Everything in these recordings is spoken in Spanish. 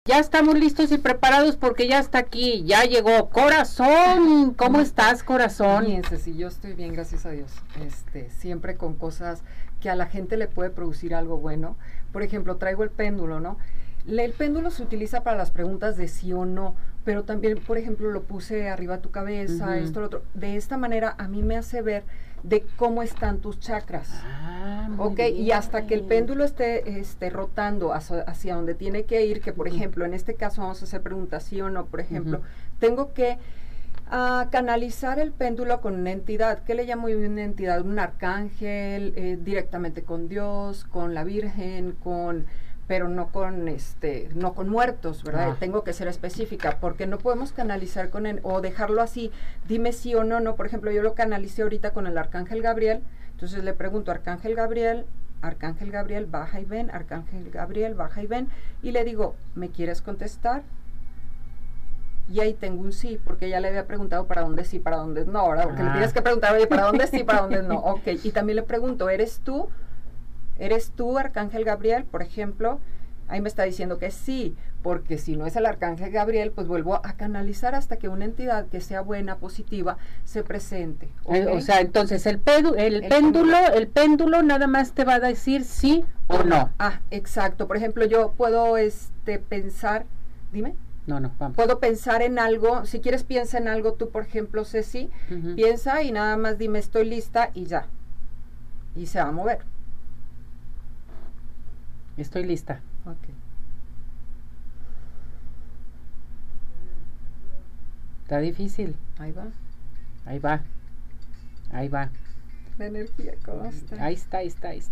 Ya estamos listos y preparados porque ya está aquí, ya llegó Corazón. ¿Cómo estás, Corazón? Bien, Ceci, yo estoy bien, gracias a Dios. Siempre con cosas que a la gente le puede producir algo bueno. Por ejemplo, traigo el péndulo, ¿no? El péndulo se utiliza para las preguntas de sí o no, pero también, por ejemplo, lo puse arriba de tu cabeza, esto, lo otro. De esta manera a mí me hace ver de cómo están tus chakras. Ok, bien. Y hasta que el péndulo esté rotando hacia donde tiene que ir, que por ejemplo, en este caso vamos a hacer preguntas sí o no, por ejemplo, tengo que canalizar el péndulo con una entidad. ¿Qué le llamo yo una entidad? Un arcángel, directamente con Dios, con la Virgen, pero no con muertos, ¿verdad? Tengo que ser específica, porque no podemos canalizar o dejarlo así, dime sí o no, por ejemplo, yo lo canalicé ahorita con el Arcángel Gabriel, entonces le pregunto, Arcángel Gabriel, baja y ven, Arcángel Gabriel, baja y ven, y le digo, ¿me quieres contestar? Y ahí tengo un sí, porque ya le había preguntado para dónde sí, para dónde no, ¿verdad? Porque le tienes que preguntar, oye, ¿para dónde sí, para dónde no? Ok, y también le pregunto, ¿Eres tú, Arcángel Gabriel, por ejemplo? Ahí me está diciendo que sí, porque si no es el Arcángel Gabriel, pues vuelvo a canalizar hasta que una entidad que sea buena, positiva, se presente. ¿Okay? O sea, entonces el péndulo nada más te va a decir sí o no. Exacto. Por ejemplo, yo puedo pensar, dime. No, vamos. Puedo pensar en algo, si quieres piensa en algo tú, por ejemplo, Ceci, piensa y nada más dime estoy lista y ya. Y se va a mover. Estoy lista. Ok. Está difícil. Ahí va. La energía, ¿cómo está? Ahí está.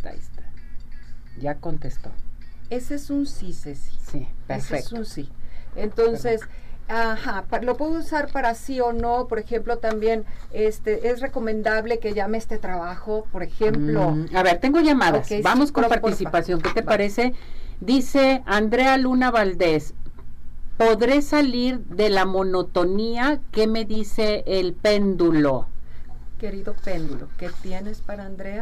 Ya contestó. Ese es un sí, Ceci. Sí, perfecto. Ese es un sí. Entonces, lo puedo usar para sí o no. Por ejemplo, también es recomendable que llame este trabajo, por ejemplo. A ver, tengo llamadas. Okay, vamos con participación. ¿Qué te parece? Dice Andrea Luna Valdés, ¿podré salir de la monotonía? ¿Qué me dice el péndulo? Querido péndulo, ¿qué tienes para Andrea?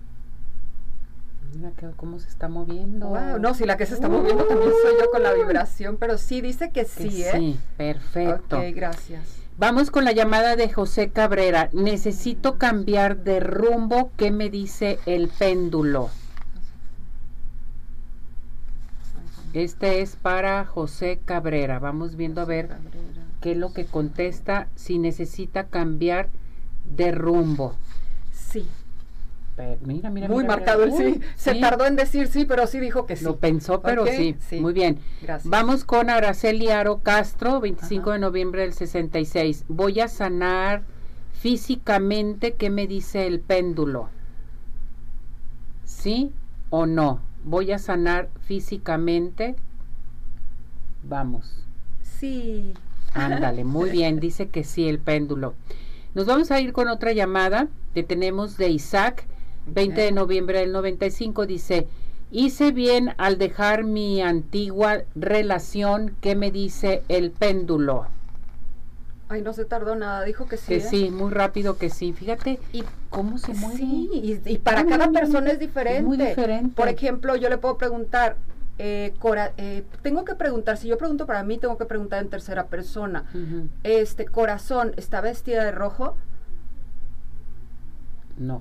Mira cómo se está moviendo. Wow, no, si la que se está moviendo también soy yo con la vibración, pero sí dice que sí, Sí, perfecto. Ok, gracias. Vamos con la llamada de José Cabrera. Necesito cambiar de rumbo. ¿Qué me dice el péndulo? Este es para José Cabrera. Vamos viendo a ver qué es lo que contesta, si necesita cambiar de rumbo. Sí. Mira. Muy marcado el sí. Se tardó en decir sí, pero sí dijo que sí. Lo pensó, pero sí. Muy bien. Gracias. Vamos con Araceli Aro Castro, 25 de noviembre del 66. Voy a sanar físicamente. ¿Qué me dice el péndulo? ¿Sí o no? Voy a sanar físicamente. Vamos. Sí. Ándale, muy bien. Dice que sí el péndulo. Nos vamos a ir con otra llamada que tenemos de Isaac, 20 de noviembre del 95. Dice, hice bien al dejar mi antigua relación. ¿Qué me dice el péndulo? Ay, no se tardó nada, dijo que sí. Que sí, muy rápido que sí. Fíjate cómo se mueve. Sí, y para cada persona es diferente. Muy diferente. Por ejemplo, yo le puedo preguntar, tengo que preguntar, si yo pregunto para mí, tengo que preguntar en tercera persona. Corazón, ¿está vestida de rojo? No.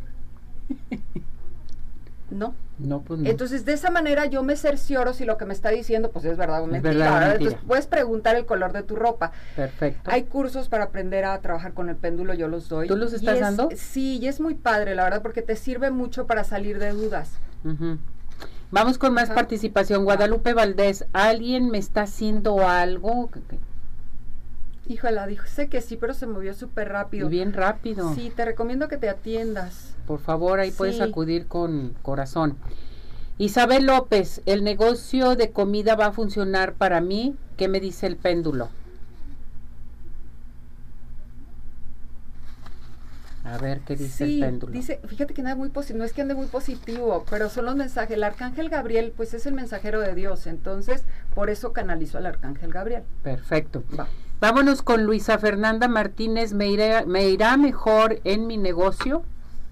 ¿No? No, pues no. Entonces, de esa manera yo me cercioro si lo que me está diciendo, pues es verdad o mentira. Mentira. Entonces, puedes preguntar el color de tu ropa. Perfecto. Hay cursos para aprender a trabajar con el péndulo, yo los doy. ¿Tú los estás dando? Sí, y es muy padre, la verdad, porque te sirve mucho para salir de dudas. Vamos con más participación. Guadalupe Valdés, ¿alguien me está haciendo algo? Híjola, sé que sí, pero se movió súper rápido. Y bien rápido. Sí, te recomiendo que te atiendas. Por favor, ahí puedes acudir con Corazón. Isabel López, ¿el negocio de comida va a funcionar para mí? ¿Qué me dice el péndulo? A ver qué dice el péndulo. Dice, fíjate que nada muy positivo, no es que ande muy positivo, pero son los mensajes. El Arcángel Gabriel, pues es el mensajero de Dios, entonces por eso canalizó al Arcángel Gabriel. Perfecto. Vámonos con Luisa Fernanda Martínez. ¿Me irá mejor en mi negocio?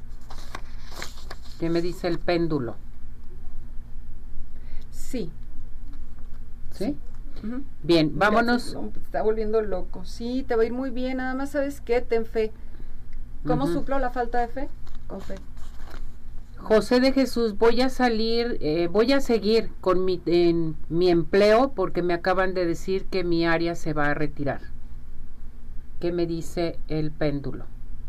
¿Qué me dice el péndulo? Sí. ¿Sí? Ujú. Bien, vámonos. No, te está volviendo loco. Sí, te va a ir muy bien, nada más sabes qué, ten fe. ¿Cómo suplo la falta de fe? Con fe. José de Jesús, voy a seguir con en mi empleo porque me acaban de decir que mi área se va a retirar. ¿Qué me dice el péndulo?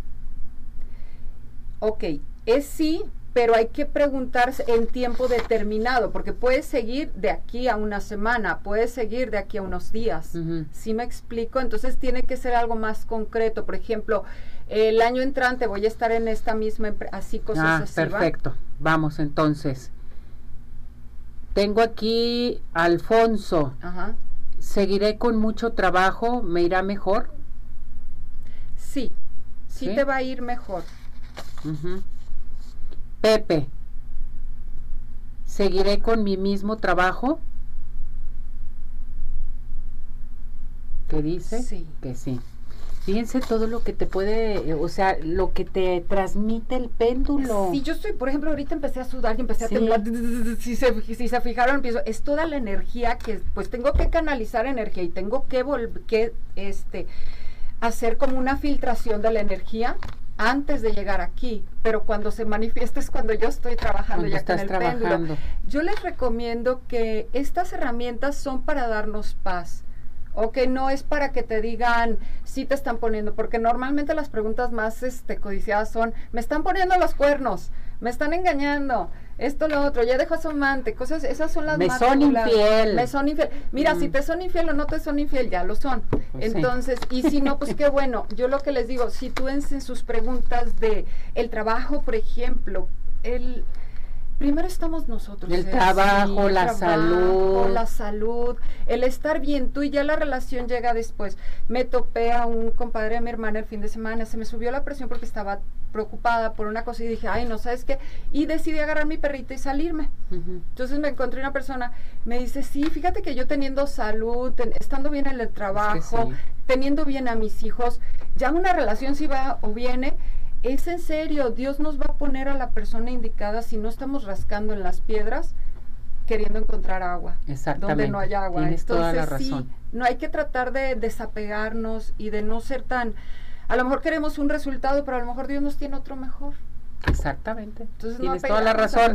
Ok, es sí, pero hay que preguntarse en tiempo determinado, porque puedes seguir de aquí a una semana, puedes seguir de aquí a unos días. ¿Sí me explico? Entonces tiene que ser algo más concreto. Por ejemplo, el año entrante voy a estar en esta misma empresa, así cosas así. Perfecto. Vamos entonces. Tengo aquí Alfonso. Ajá. ¿Seguiré con mucho trabajo? ¿Me irá mejor? Sí, sí te va a ir mejor. Pepe, ¿seguiré con mi mismo trabajo? ¿Qué dice? Sí. Que sí. Fíjense todo lo que te puede, o sea, lo que te transmite el péndulo. Sí, yo estoy, por ejemplo, ahorita empecé a sudar y empecé a temblar. Si se fijaron, empiezo, es toda la energía que, pues tengo que canalizar energía y tengo que hacer como una filtración de la energía antes de llegar aquí, pero cuando se manifiesta es cuando yo estoy trabajando ya con el péndulo. Yo les recomiendo que estas herramientas son para darnos paz. O que no es para que te digan si te están poniendo, porque normalmente las preguntas más codiciadas son, me están poniendo los cuernos, me están engañando, esto, lo otro, ya dejó a su amante, cosas, esas son las más populares. Me son infiel. Mira, si te son infiel o no te son infiel, ya lo son. Pues entonces, y si no, pues qué bueno. Yo lo que les digo, sitúense en sus preguntas de el trabajo, por ejemplo, primero estamos nosotros. El trabajo, la salud, el estar bien, tú y ya la relación llega después. Me topé a un compadre de mi hermana el fin de semana, se me subió la presión porque estaba preocupada por una cosa y dije, ay, no, ¿sabes qué? Y decidí agarrar mi perrita y salirme. Entonces me encontré una persona, me dice, sí, fíjate que yo teniendo salud, estando bien en el trabajo, teniendo bien a mis hijos, ya una relación si va o viene. Es en serio, Dios nos va a poner a la persona indicada si no estamos rascando en las piedras queriendo encontrar agua. Exactamente. Donde no hay agua. Tienes toda la razón. Sí, no hay que tratar de desapegarnos y de no ser tan... A lo mejor queremos un resultado, pero a lo mejor Dios nos tiene otro mejor. Exactamente. Entonces tienes toda la razón.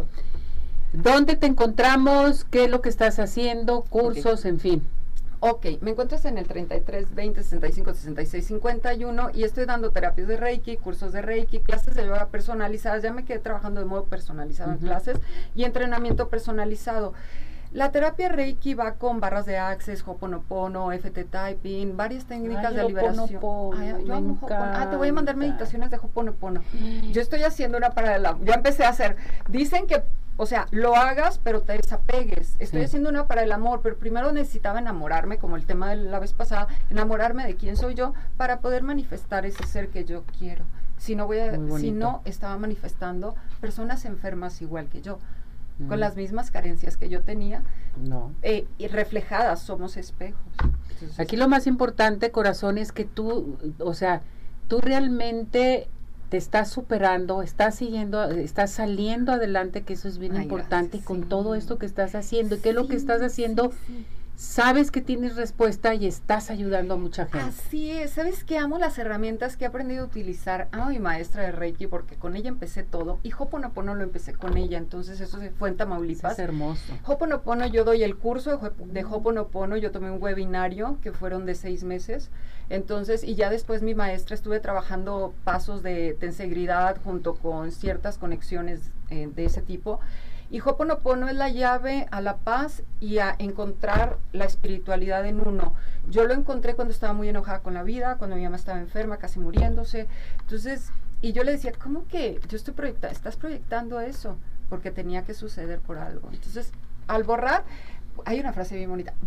¿Dónde te encontramos? ¿Qué es lo que estás haciendo? Cursos, en fin. Ok, me encuentras en el 33 20 65 66 51 y estoy dando terapias de Reiki, cursos de Reiki, clases de yoga personalizadas. Ya me quedé trabajando de modo personalizado en clases y entrenamiento personalizado. La terapia Reiki va con barras de Access, Ho'oponopono, FT Typing, varias técnicas de liberación. Yo amo Ho'oponopono. Te voy a mandar meditaciones de Ho'oponopono. Yo estoy haciendo una para ya empecé a hacer. Dicen que, o sea, lo hagas, pero te desapegues. Estoy haciendo una para el amor, pero primero necesitaba enamorarme, como el tema de la vez pasada, enamorarme de quién soy yo para poder manifestar ese ser que yo quiero. Si no, estaba manifestando personas enfermas igual que yo. Con las mismas carencias que yo tenía, y reflejadas, somos espejos. Entonces, aquí lo más importante, corazón, es que tú, o sea, tú realmente te estás superando, estás saliendo adelante, que eso es bien importante, gracias, y con todo esto que estás haciendo, y qué es lo que estás haciendo, sabes que tienes respuesta y estás ayudando a mucha gente. Así es, ¿sabes qué? Amo las herramientas que he aprendido a utilizar. Amo a mi maestra de Reiki porque con ella empecé todo y Ho'oponopono lo empecé con ella, entonces eso fue en Tamaulipas. Es hermoso. Ho'oponopono, yo doy el curso de Ho'oponopono, yo tomé un webinario que fueron de 6 meses, entonces, y ya después mi maestra estuve trabajando pasos de tensegridad junto con ciertas conexiones de ese tipo. Y Ho'oponopono es la llave a la paz y a encontrar la espiritualidad en uno. Yo lo encontré cuando estaba muy enojada con la vida, cuando mi mamá estaba enferma, casi muriéndose. Entonces, y yo le decía, ¿cómo que yo estoy estás proyectando eso? Porque tenía que suceder por algo. Entonces, al borrar, hay una frase bien bonita,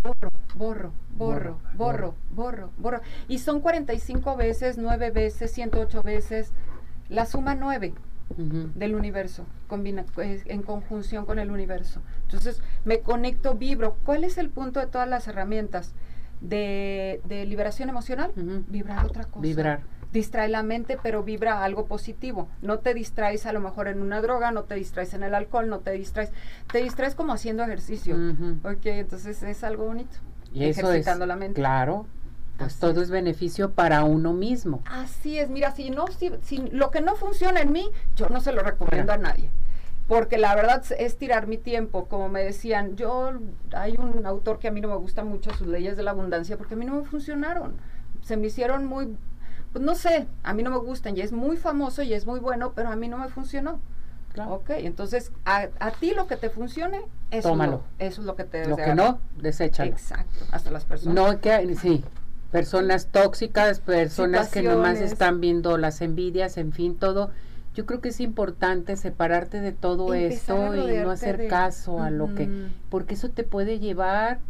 borro. Y son 45 veces, 9 veces, 108 veces, la suma 9. Del universo, en conjunción con el universo. Entonces me conecto, vibro. ¿Cuál es el punto de todas las herramientas de liberación emocional? Vibrar otra cosa. Vibrar. Distrae la mente, pero vibra algo positivo. No te distraes a lo mejor en una droga, no te distraes en el alcohol, te distraes como haciendo ejercicio. Ok, entonces es algo bonito. Y eso ejercitando es, la mente. claro, pues Así todo es. es beneficio para uno mismo. Así es, mira, si lo que no funciona en mí, yo no se lo recomiendo a nadie. Porque la verdad es tirar mi tiempo, como me decían, hay un autor que a mí no me gusta mucho, sus leyes de la abundancia, porque a mí no me funcionaron. Se me hicieron muy, pues no sé, a mí no me gustan, y es muy famoso y es muy bueno, pero a mí no me funcionó. Claro. Ok, entonces a ti lo que te funcione, Tómalo. Eso es lo que te debes Lo de que agarrar. no, deséchalo. Exacto, hasta las personas. No que, sí, personas tóxicas, personas que nomás Situaciones. están viendo las envidias, en fin, todo. Yo creo que es importante separarte de todo Empezar a esto y no rodearte hacer de- caso a lo que, Ujú. porque eso te puede llevar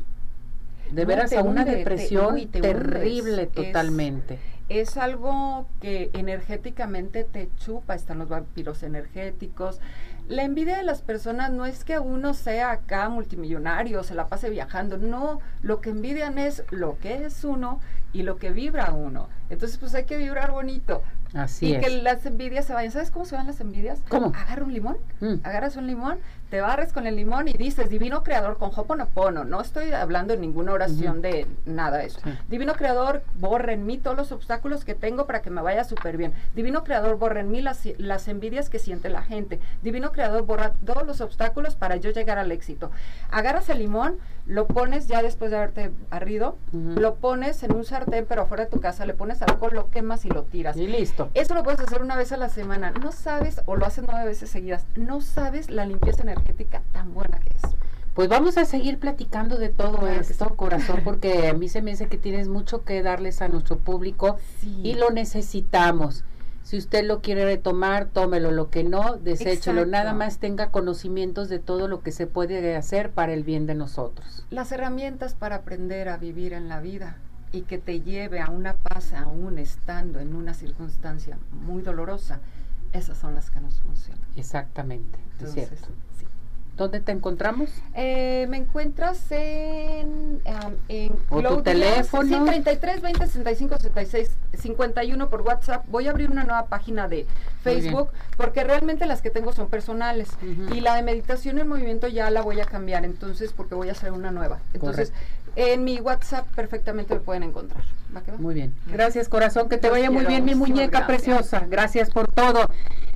de No, veras te a una hunde, depresión te terrible hundes. totalmente. Es algo que energéticamente te chupa, están los vampiros energéticos. La envidia de las personas no es que uno sea acá multimillonario, se la pase viajando, no, lo que envidian es lo que es uno y lo que vibra uno. Entonces pues hay que vibrar bonito. Así Y es. que las envidias se vayan. ¿Sabes cómo se van las envidias? ¿Cómo? Agarra un limón, Mm. agarras un limón, te barres con el limón y dices, Divino Creador, con Ho'oponopono, no estoy hablando en ninguna oración Ujú. de nada de eso. Sí. Divino Creador, borra en mí todos los obstáculos que tengo para que me vaya súper bien. Divino Creador, borra en mí las envidias que siente la gente. Divino Creador, borra todos los obstáculos para yo llegar al éxito. Agarras el limón, lo pones ya después de haberte barrido, Ujú. lo pones en un sartén, pero afuera de tu casa, le pones alcohol, lo quemas y lo tiras. Y listo. Eso lo puedes hacer una vez a la semana. No sabes, o lo haces 9 veces seguidas, no sabes la limpieza energética tan buena que es. Pues vamos a seguir platicando de todo Claro que esto, sí. corazón, porque a mí se me hace que tienes mucho que darles a nuestro público Sí. y lo necesitamos. Si usted lo quiere retomar, tómelo, lo que no, deséchelo. Exacto. Nada más tenga conocimientos de todo lo que se puede hacer para el bien de nosotros. Las herramientas para aprender a vivir en la vida y que te lleve a una paz aún estando en una circunstancia muy dolorosa, esas son las que nos funcionan. Exactamente, es Entonces, cierto. sí. ¿Dónde te encontramos? Me encuentras en ¿O tu Claudia, teléfono? Sí, 33 20 65 66 51 por WhatsApp. Voy a abrir una nueva página de Facebook porque realmente las que tengo son personales. Ujú. Y la de meditación en movimiento ya la voy a cambiar, entonces, porque voy a hacer una nueva. Entonces, en mi WhatsApp perfectamente me pueden encontrar. ¿Va que va? Muy bien. Gracias, corazón. Que te Los vaya muy quiero, bien, mi muchísimas muñeca gracias. preciosa. Gracias por todo.